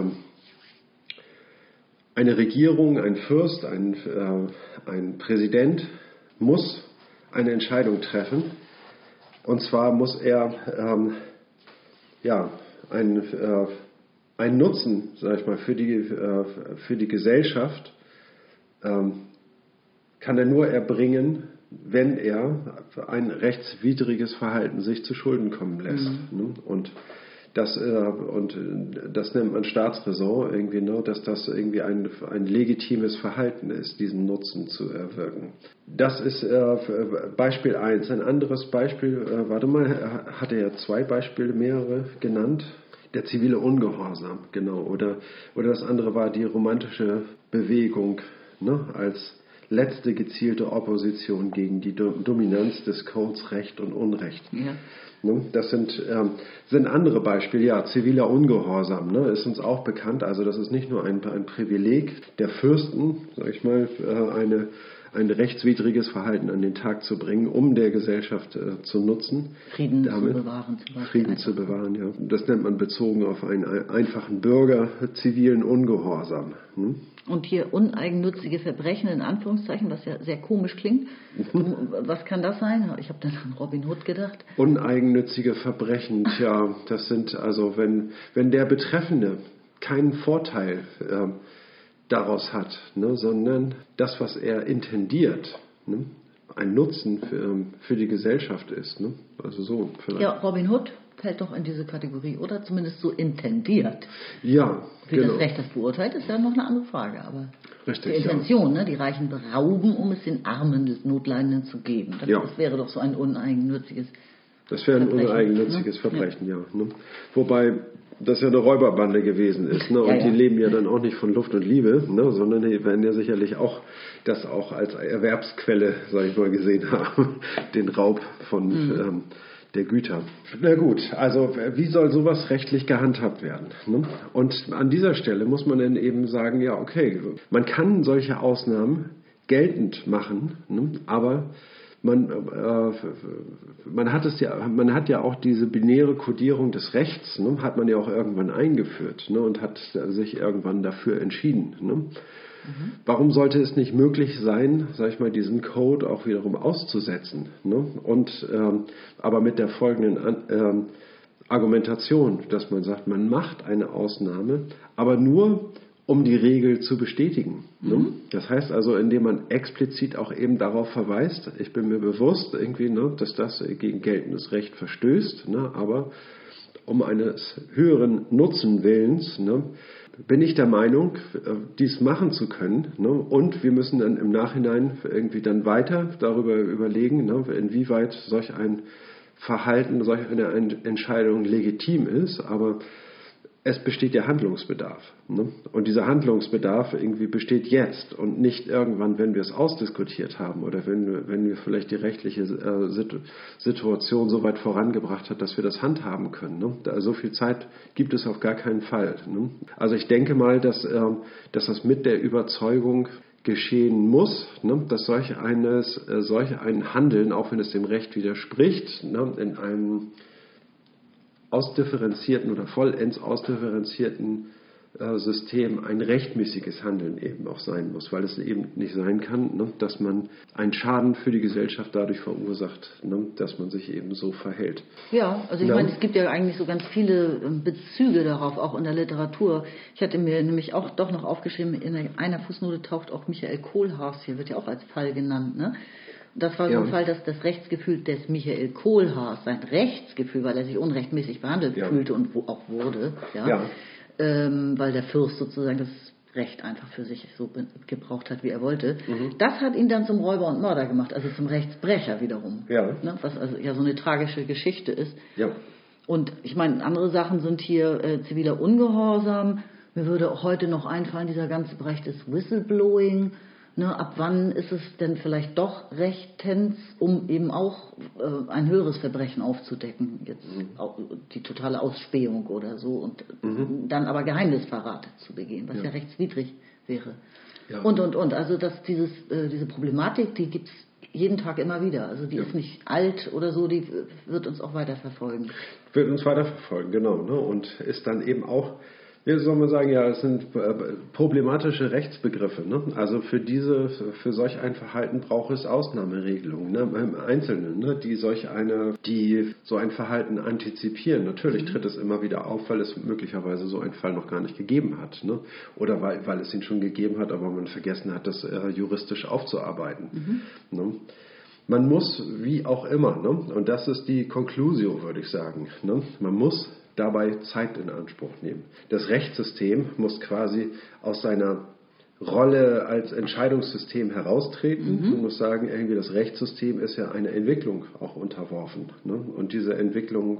Regierung, ein Fürst, ein Präsident muss eine Entscheidung treffen. Und zwar muss er einen Nutzen, sag ich mal, für die Gesellschaft kann er nur erbringen, wenn er ein rechtswidriges Verhalten sich zu Schulden kommen lässt. Mhm. Und das nennt man Staatsräson irgendwie, ne, dass das irgendwie ein legitimes Verhalten ist, diesen Nutzen zu erwirken. Das ist Beispiel 1. Ein anderes Beispiel, hatte ja 2 Beispiele, mehrere genannt. Der zivile Ungehorsam, genau. Oder das andere war die romantische Bewegung, ne, als letzte gezielte Opposition gegen die Dominanz des Codes Recht und Unrecht. Ja. Das sind andere Beispiele. Ja, ziviler Ungehorsam, ne, ist uns auch bekannt. Also das ist nicht nur ein Privileg der Fürsten, sag ich mal, ein rechtswidriges Verhalten an den Tag zu bringen, um der Gesellschaft zu nutzen. Frieden zu bewahren. Frieden zu bewahren, ja. Das nennt man bezogen auf einen einfachen Bürger zivilen Ungehorsam. Und hier uneigennützige Verbrechen in Anführungszeichen, was ja sehr komisch klingt. Was kann das sein? Ich habe dann an Robin Hood gedacht. Uneigennützige Verbrechen, tja, das sind also, wenn der Betreffende keinen Vorteil daraus hat, ne, sondern das, was er intendiert, ne, ein Nutzen für die Gesellschaft ist. Ne? Also so vielleicht. Ja, Robin Hood fällt doch in diese Kategorie, oder zumindest so intendiert. Ja, Wie das Recht das beurteilt, ist ja noch eine andere Frage. Aber richtig, die Intention, ne, die Reichen berauben, um es den Armen des Notleidenden zu geben. Das wäre doch so ein uneigennütziges Verbrechen. Das wäre ein uneigennütziges Verbrechen, ja. Ne? Wobei das ja eine Räuberbande gewesen ist, ne? Und die leben ja dann auch nicht von Luft und Liebe, ne? Sondern die werden ja sicherlich auch das auch als Erwerbsquelle, sage ich mal, gesehen haben, den Raub von der Güter. Na gut, also wie soll sowas rechtlich gehandhabt werden? Ne? Und an dieser Stelle muss man dann eben sagen, ja okay, man kann solche Ausnahmen geltend machen, ne? Aber man hat ja auch diese binäre Kodierung des Rechts, ne, hat man ja auch irgendwann eingeführt, ne, und hat sich irgendwann dafür entschieden. Ne. Warum sollte es nicht möglich sein, sag ich mal, diesen Code auch wiederum auszusetzen? Ne, und aber mit der folgenden Argumentation, dass man sagt, man macht eine Ausnahme, aber nur um die Regel zu bestätigen. Ne? Das heißt also, indem man explizit auch eben darauf verweist, ich bin mir bewusst irgendwie, ne, dass das gegen geltendes Recht verstößt, ne, aber um eines höheren Nutzenwillens, ne, bin ich der Meinung, dies machen zu können, ne, und wir müssen dann im Nachhinein irgendwie dann weiter darüber überlegen, ne, inwieweit solch ein Verhalten, solch eine Entscheidung legitim ist, aber es besteht ja Handlungsbedarf. Ne? Und dieser Handlungsbedarf irgendwie besteht jetzt und nicht irgendwann, wenn wir es ausdiskutiert haben oder wenn wir vielleicht die rechtliche Situation so weit vorangebracht hat, dass wir das handhaben können. Ne? So viel Zeit gibt es auf gar keinen Fall. Ne? Also ich denke mal, dass das mit der Überzeugung geschehen muss, ne? Dass solch ein Handeln, auch wenn es dem Recht widerspricht, ne? In einem ausdifferenzierten oder vollends ausdifferenzierten System ein rechtmäßiges Handeln eben auch sein muss, weil es eben nicht sein kann, ne, dass man einen Schaden für die Gesellschaft dadurch verursacht, ne, dass man sich eben so verhält. Ja, also ich meine, es gibt ja eigentlich so ganz viele Bezüge darauf, auch in der Literatur. Ich hatte mir nämlich auch doch noch aufgeschrieben, in einer Fußnote taucht auch Michael Kohlhaas, hier wird ja auch als Fall genannt, ne? Das war so ein Fall, dass das Rechtsgefühl des Michael Kohlhaas, sein Rechtsgefühl, weil er sich unrechtmäßig behandelt fühlte und auch wurde, weil der Fürst sozusagen das Recht einfach für sich so gebraucht hat, wie er wollte. Das hat ihn dann zum Räuber und Mörder gemacht, also zum Rechtsbrecher wiederum. Ja. Ne, was also ja so eine tragische Geschichte ist. Ja. Und ich meine, andere Sachen sind hier ziviler Ungehorsam. Mir würde auch heute noch einfallen, dieser ganze Bereich des Whistleblowing. Ne, ab wann ist es denn vielleicht doch rechtens, um eben auch ein höheres Verbrechen aufzudecken, jetzt die totale Ausspähung oder so, und dann aber Geheimnisverrat zu begehen, was ja rechtswidrig wäre. Ja. Und. Also diese Problematik, die gibt es jeden Tag immer wieder. Also die ist nicht alt oder so, die wird uns auch weiter verfolgen. Wird uns weiter verfolgen, genau. Ne? Und ist dann eben auch, wie soll man sagen, ja, es sind problematische Rechtsbegriffe. Ne? Also für solch ein Verhalten braucht es Ausnahmeregelungen, ne? Im Einzelnen, ne? die so ein Verhalten antizipieren. Natürlich tritt es immer wieder auf, weil es möglicherweise so einen Fall noch gar nicht gegeben hat. Ne? Oder weil es ihn schon gegeben hat, aber man vergessen hat, das juristisch aufzuarbeiten. Ne? Man muss, wie auch immer, ne? Und das ist die Conclusio, würde ich sagen, ne? Man muss dabei Zeit in Anspruch nehmen. Das Rechtssystem muss quasi aus seiner Rolle als Entscheidungssystem heraustreten und muss sagen, irgendwie das Rechtssystem ist ja einer Entwicklung auch unterworfen. Ne? Und diese Entwicklung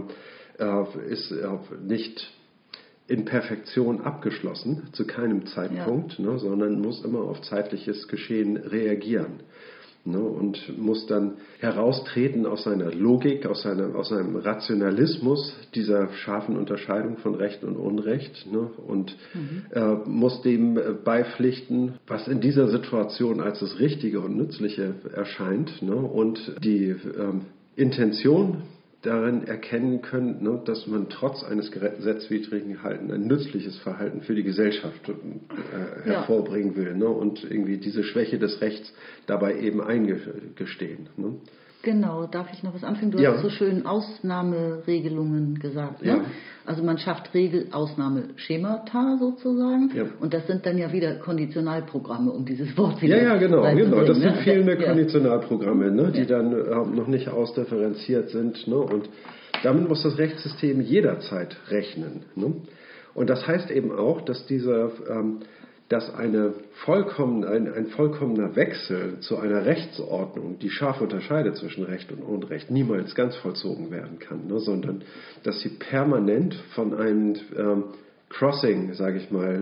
ist nicht in Perfektion abgeschlossen, zu keinem Zeitpunkt, ne, sondern muss immer auf zeitliches Geschehen reagieren. Ne, und muss dann heraustreten aus seiner Logik, aus seinem Rationalismus dieser scharfen Unterscheidung von Recht und Unrecht, ne, und muss dem beipflichten, was in dieser Situation als das Richtige und Nützliche erscheint, ne, und die Intention darin erkennen können, ne, dass man trotz eines gesetzwidrigen Verhaltens ein nützliches Verhalten für die Gesellschaft hervorbringen will, ne, und irgendwie diese Schwäche des Rechts dabei eben eingestehen. Ne. Genau, darf ich noch was anfangen? Du hast so schön Ausnahmeregelungen gesagt. Ne? Ja. Also man schafft Ausnahmeschemata sozusagen und das sind dann ja wieder Konditionalprogramme, um dieses Wort wieder genau. Das sind fehlende Ja. Konditionalprogramme, ne, die dann noch nicht ausdifferenziert sind. Ne, und damit muss das Rechtssystem jederzeit rechnen. Ne. Und das heißt eben auch, dass dass ein vollkommener Wechsel zu einer Rechtsordnung, die scharf unterscheidet zwischen Recht und Unrecht, niemals ganz vollzogen werden kann, ne, sondern dass sie permanent von einem Crossing, sage ich mal,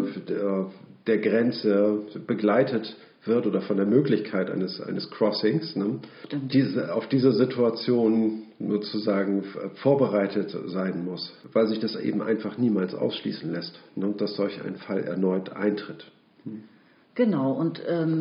der Grenze begleitet wird oder von der Möglichkeit eines Crossings, ne, auf diese Situation sozusagen vorbereitet sein muss, weil sich das eben einfach niemals ausschließen lässt, ne, dass solch ein Fall erneut eintritt. Genau, und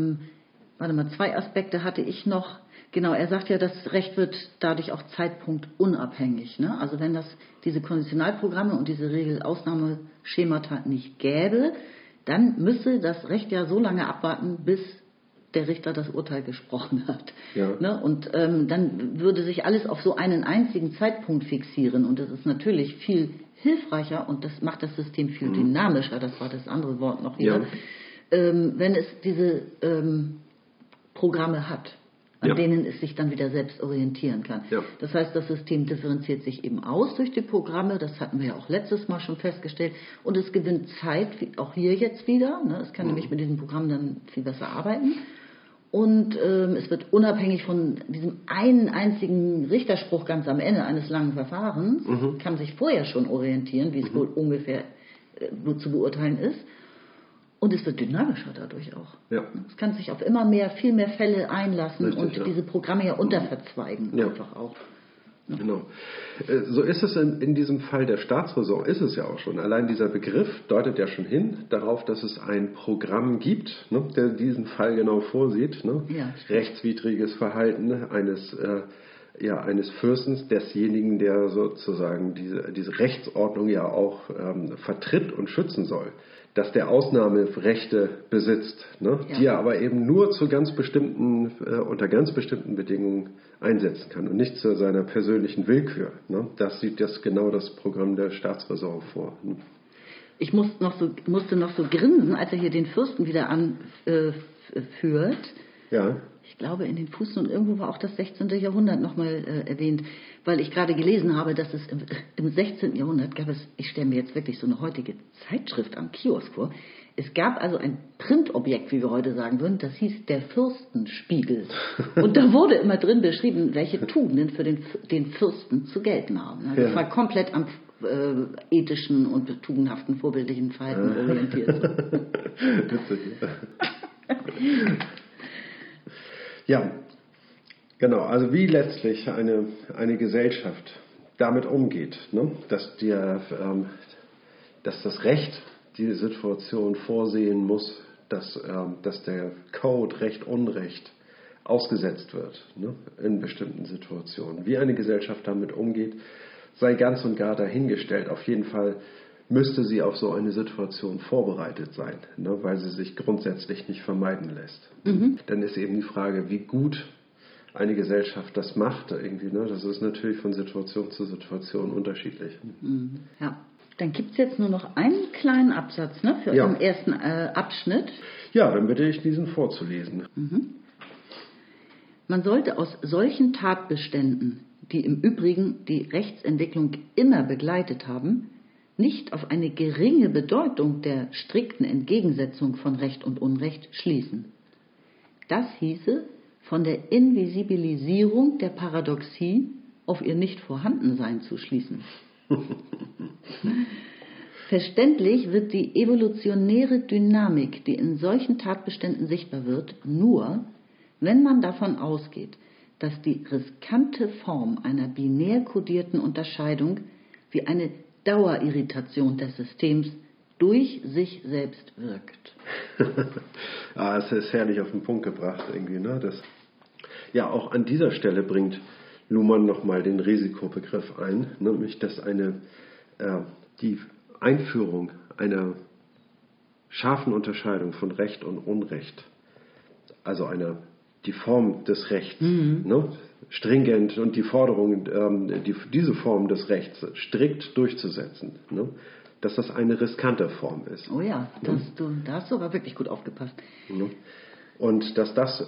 2 Aspekte hatte ich noch. Genau, er sagt ja, das Recht wird dadurch auch zeitpunktunabhängig. Ne? Also wenn diese Konditionalprogramme und diese Regelausnahmeschemata nicht gäbe, dann müsse das Recht ja so lange abwarten, bis der Richter das Urteil gesprochen hat. Ja. Ne? Und dann würde sich alles auf so einen einzigen Zeitpunkt fixieren. Und das ist natürlich viel hilfreicher und das macht das System viel dynamischer, das war das andere Wort noch hier, wenn es diese Programme hat, an denen es sich dann wieder selbst orientieren kann. Ja. Das heißt, das System differenziert sich eben aus durch die Programme, das hatten wir ja auch letztes Mal schon festgestellt, und es gewinnt Zeit, auch hier jetzt wieder, ne? Es kann nämlich mit diesem Programm dann viel besser arbeiten. Und es wird unabhängig von diesem einen einzigen Richterspruch ganz am Ende eines langen Verfahrens, kann sich vorher schon orientieren, wie es wohl ungefähr zu beurteilen ist. Und es wird dynamischer dadurch auch. Ja. Es kann sich auf viel mehr Fälle einlassen. Richtig, und diese Programme ja unterverzweigen einfach auch. Ja. Genau. So ist es in diesem Fall der Staatsräson, ist es ja auch schon. Allein dieser Begriff deutet ja schon hin darauf, dass es ein Programm gibt, ne, der diesen Fall genau vorsieht. Ne? Ja, rechtswidriges Verhalten eines Fürstens, desjenigen, der sozusagen diese Rechtsordnung ja auch vertritt und schützen soll. Dass der Ausnahmerechte besitzt, ne, die er aber eben nur unter ganz bestimmten Bedingungen einsetzen kann und nicht zu seiner persönlichen Willkür. Ne. Das sieht genau das Programm der Staatsräson vor. Ne. Ich musste noch so grinsen, als er hier den Fürsten wieder anführt. Ja. Ich glaube, in den Fußnoten irgendwo war auch das 16. Jahrhundert nochmal erwähnt, weil ich gerade gelesen habe, dass es im 16. Jahrhundert gab es, ich stelle mir jetzt wirklich so eine heutige Zeitschrift am Kiosk vor, es gab also ein Printobjekt, wie wir heute sagen würden, das hieß der Fürstenspiegel. Und da wurde immer drin beschrieben, welche Tugenden für den Fürsten zu gelten haben. Also das war komplett am ethischen und tugendhaften, vorbildlichen Verhalten orientiert. Ja, genau. Also wie letztlich eine Gesellschaft damit umgeht, ne? Dass das Recht diese Situation vorsehen muss, dass der Code Recht-Unrecht ausgesetzt wird, ne? In bestimmten Situationen. Wie eine Gesellschaft damit umgeht, sei ganz und gar dahingestellt. Auf jeden Fall müsste sie auf so eine Situation vorbereitet sein, ne, weil sie sich grundsätzlich nicht vermeiden lässt. Dann ist eben die Frage, wie gut eine Gesellschaft das macht. Irgendwie, ne, das ist natürlich von Situation zu Situation unterschiedlich. Ja. Dann gibt es jetzt nur noch einen kleinen Absatz, ne, für den ersten Abschnitt. Ja, dann bitte ich diesen vorzulesen. Man sollte aus solchen Tatbeständen die im Übrigen die Rechtsentwicklung immer begleitet haben, nicht auf eine geringe Bedeutung der strikten Entgegensetzung von Recht und Unrecht schließen. Das hieße, von der Invisibilisierung der Paradoxie auf ihr Nichtvorhandensein zu schließen. Verständlich wird die evolutionäre Dynamik, die in solchen Tatbeständen sichtbar wird, nur, wenn man davon ausgeht, dass die riskante Form einer binär kodierten Unterscheidung wie eine Dauerirritation des Systems durch sich selbst wirkt. Es ist herrlich auf den Punkt gebracht irgendwie, ne? Ja, auch an dieser Stelle bringt Luhmann nochmal den Risikobegriff ein, nämlich dass die Einführung einer scharfen Unterscheidung von Recht und Unrecht, also die Form des Rechts, stringent und die Forderung, diese Form des Rechts strikt durchzusetzen, dass das eine riskante Form ist. Oh ja, da hast du aber wirklich gut aufgepasst. Und dass das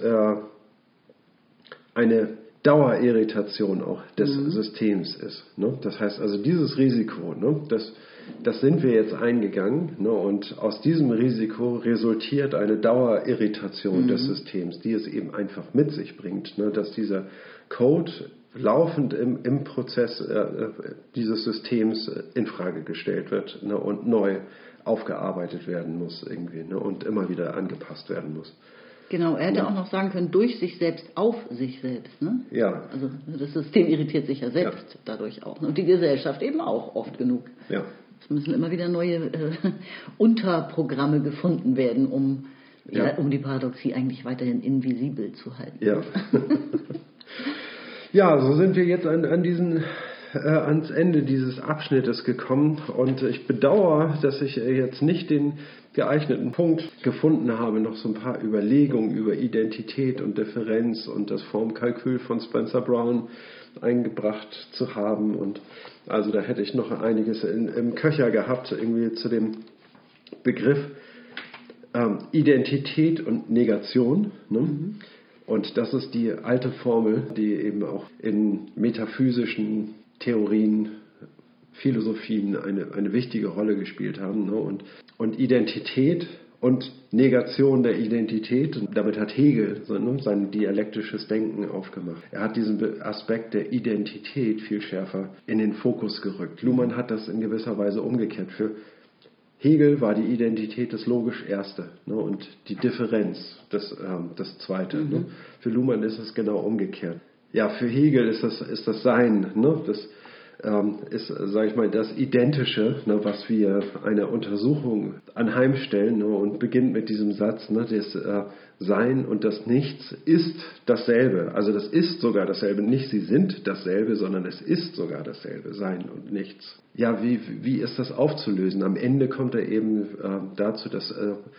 eine Dauerirritation auch des Systems ist. Das heißt also, dieses Risiko, das sind wir jetzt eingegangen, und aus diesem Risiko resultiert eine Dauerirritation des Systems, die es eben einfach mit sich bringt, dass dieser Code laufend im Prozess dieses Systems in Frage gestellt wird, und neu aufgearbeitet werden muss irgendwie, und immer wieder angepasst werden muss. Genau, er hätte auch noch sagen können, durch sich selbst auf sich selbst. Ne? Ja. Also das System irritiert sich ja selbst dadurch auch. Und die Gesellschaft eben auch oft genug. Ja. Es müssen immer wieder neue Unterprogramme gefunden werden, um die Paradoxie eigentlich weiterhin invisibel zu halten. Ja. Ja, so sind wir jetzt ans Ende dieses Abschnittes gekommen, und ich bedauere, dass ich jetzt nicht den geeigneten Punkt gefunden habe, noch so ein paar Überlegungen über Identität und Differenz und das Formkalkül von Spencer Brown eingebracht zu haben. Und also da hätte ich noch einiges im Köcher gehabt, irgendwie zu dem Begriff Identität und Negation. Und das ist die alte Formel, die eben auch in metaphysischen Theorien, Philosophien eine wichtige Rolle gespielt haben. Und Identität und Negation der Identität, damit hat Hegel sein dialektisches Denken aufgemacht. Er hat diesen Aspekt der Identität viel schärfer in den Fokus gerückt. Luhmann hat das in gewisser Weise umgekehrt. Für Hegel war die Identität das logisch Erste, und die Differenz das Zweite. Für Luhmann ist es genau umgekehrt. Ja, für Hegel ist das Sein, das ist, sage ich mal, das Identische, was wir einer Untersuchung anheimstellen, und beginnt mit diesem Satz, das Sein und das Nichts ist dasselbe. Also das ist sogar dasselbe. Nicht sie sind dasselbe, sondern es ist sogar dasselbe, Sein und Nichts. Ja, wie ist das aufzulösen? Am Ende kommt er eben dazu, dass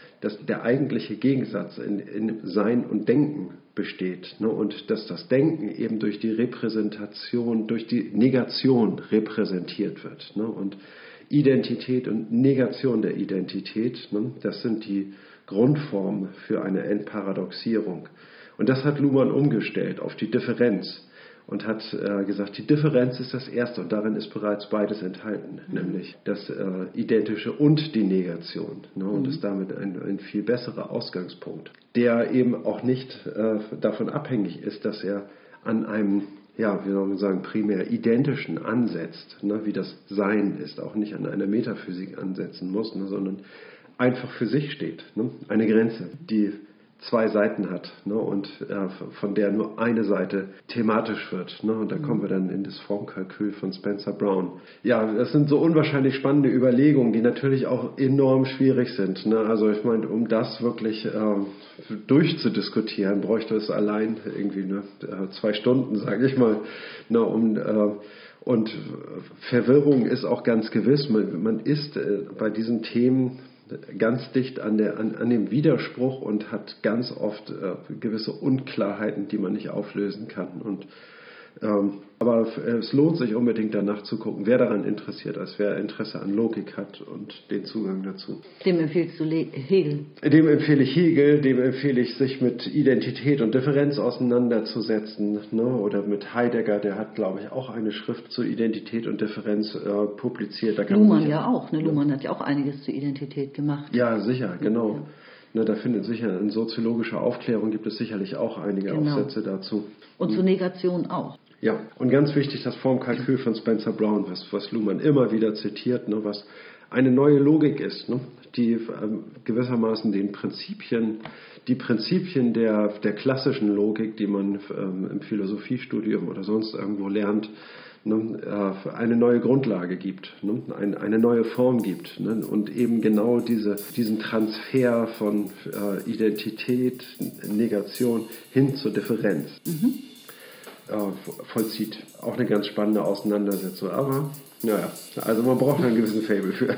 der eigentliche Gegensatz in Sein und Denken besteht, und dass das Denken eben durch die Repräsentation, durch die Negation repräsentiert wird. Und Identität und Negation der Identität, das sind die Grundformen für eine Entparadoxierung. Und das hat Luhmann umgestellt auf die Differenz und hat gesagt, die Differenz ist das Erste, und darin ist bereits beides enthalten, nämlich das Identische und die Negation. Und ist damit ein viel besserer Ausgangspunkt, der eben auch nicht davon abhängig ist, dass er an einem, wie soll man sagen, primär Identischen ansetzt, wie das Sein ist, auch nicht an einer Metaphysik ansetzen muss, sondern einfach für sich steht, eine Grenze, die zwei Seiten hat, und von der nur eine Seite thematisch wird. Und da kommen wir dann in das Formkalkül von Spencer Brown. Ja, das sind so unwahrscheinlich spannende Überlegungen, die natürlich auch enorm schwierig sind. Also ich meine, um das wirklich durchzudiskutieren, bräuchte es allein irgendwie 2 Stunden, sage ich mal. Und Verwirrung ist auch ganz gewiss. Man ist bei diesen Themen ganz dicht an dem Widerspruch und hat ganz oft gewisse Unklarheiten, die man nicht auflösen kann. Und Aber es lohnt sich unbedingt danach zu gucken, wer daran interessiert ist, wer Interesse an Logik hat und den Zugang dazu. Dem empfiehlst du Hegel? Dem empfehle ich Hegel, dem empfehle ich, sich mit Identität und Differenz auseinanderzusetzen. Ne? Oder mit Heidegger, der hat, glaube ich, auch eine Schrift zu Identität und Differenz publiziert. Da kann Luhmann ja auch. Ne? Luhmann hat ja auch einiges zur Identität gemacht. Ja, sicher, genau. Ja. Ne, da findet sicher in soziologischer Aufklärung gibt es sicherlich auch einige Aufsätze dazu. Und zur Negation auch. Ja, und ganz wichtig das Formkalkül von Spencer Brown, was Luhmann immer wieder zitiert, ne, was eine neue Logik ist, ne, die gewissermaßen die Prinzipien der klassischen Logik, die man im Philosophiestudium oder sonst irgendwo lernt, ne, eine neue Grundlage gibt, ne, eine neue Form gibt, ne, und eben genau diesen Transfer von Identität, Negation hin zur Differenz. Vollzieht. Auch eine ganz spannende Auseinandersetzung. Aber, naja, also man braucht einen gewissen Faible für.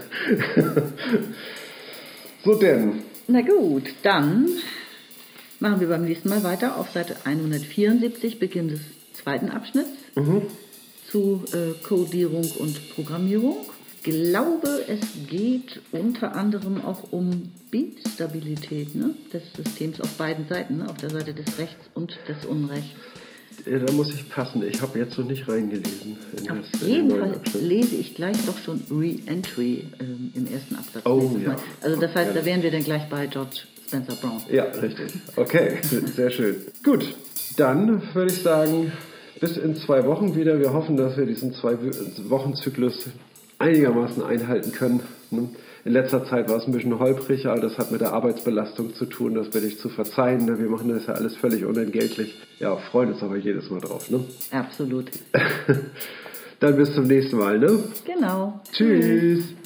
So denn. Na gut, dann machen wir beim nächsten Mal weiter auf Seite 174, Beginn des zweiten Abschnitts zu Codierung und Programmierung. Ich glaube, es geht unter anderem auch um Bit-Stabilität, ne, des Systems auf beiden Seiten, ne, auf der Seite des Rechts und des Unrechts. Da muss ich passen. Ich habe jetzt noch nicht reingelesen. Auf jeden Fall lese ich gleich doch schon Re-Entry im ersten Absatz. Oh ja. Also das heißt, da wären wir dann gleich bei George Spencer Brown. Ja, richtig. Okay, sehr schön. Gut, dann würde ich sagen, bis in 2 Wochen wieder. Wir hoffen, dass wir diesen 2-Wochen-Zyklus einigermaßen einhalten können. In letzter Zeit war es ein bisschen holprig, aber das hat mit der Arbeitsbelastung zu tun, das bitte ich zu verzeihen. Wir machen das ja alles völlig unentgeltlich. Ja, freuen uns aber jedes Mal drauf, ne? Absolut. Dann bis zum nächsten Mal, ne? Genau. Tschüss.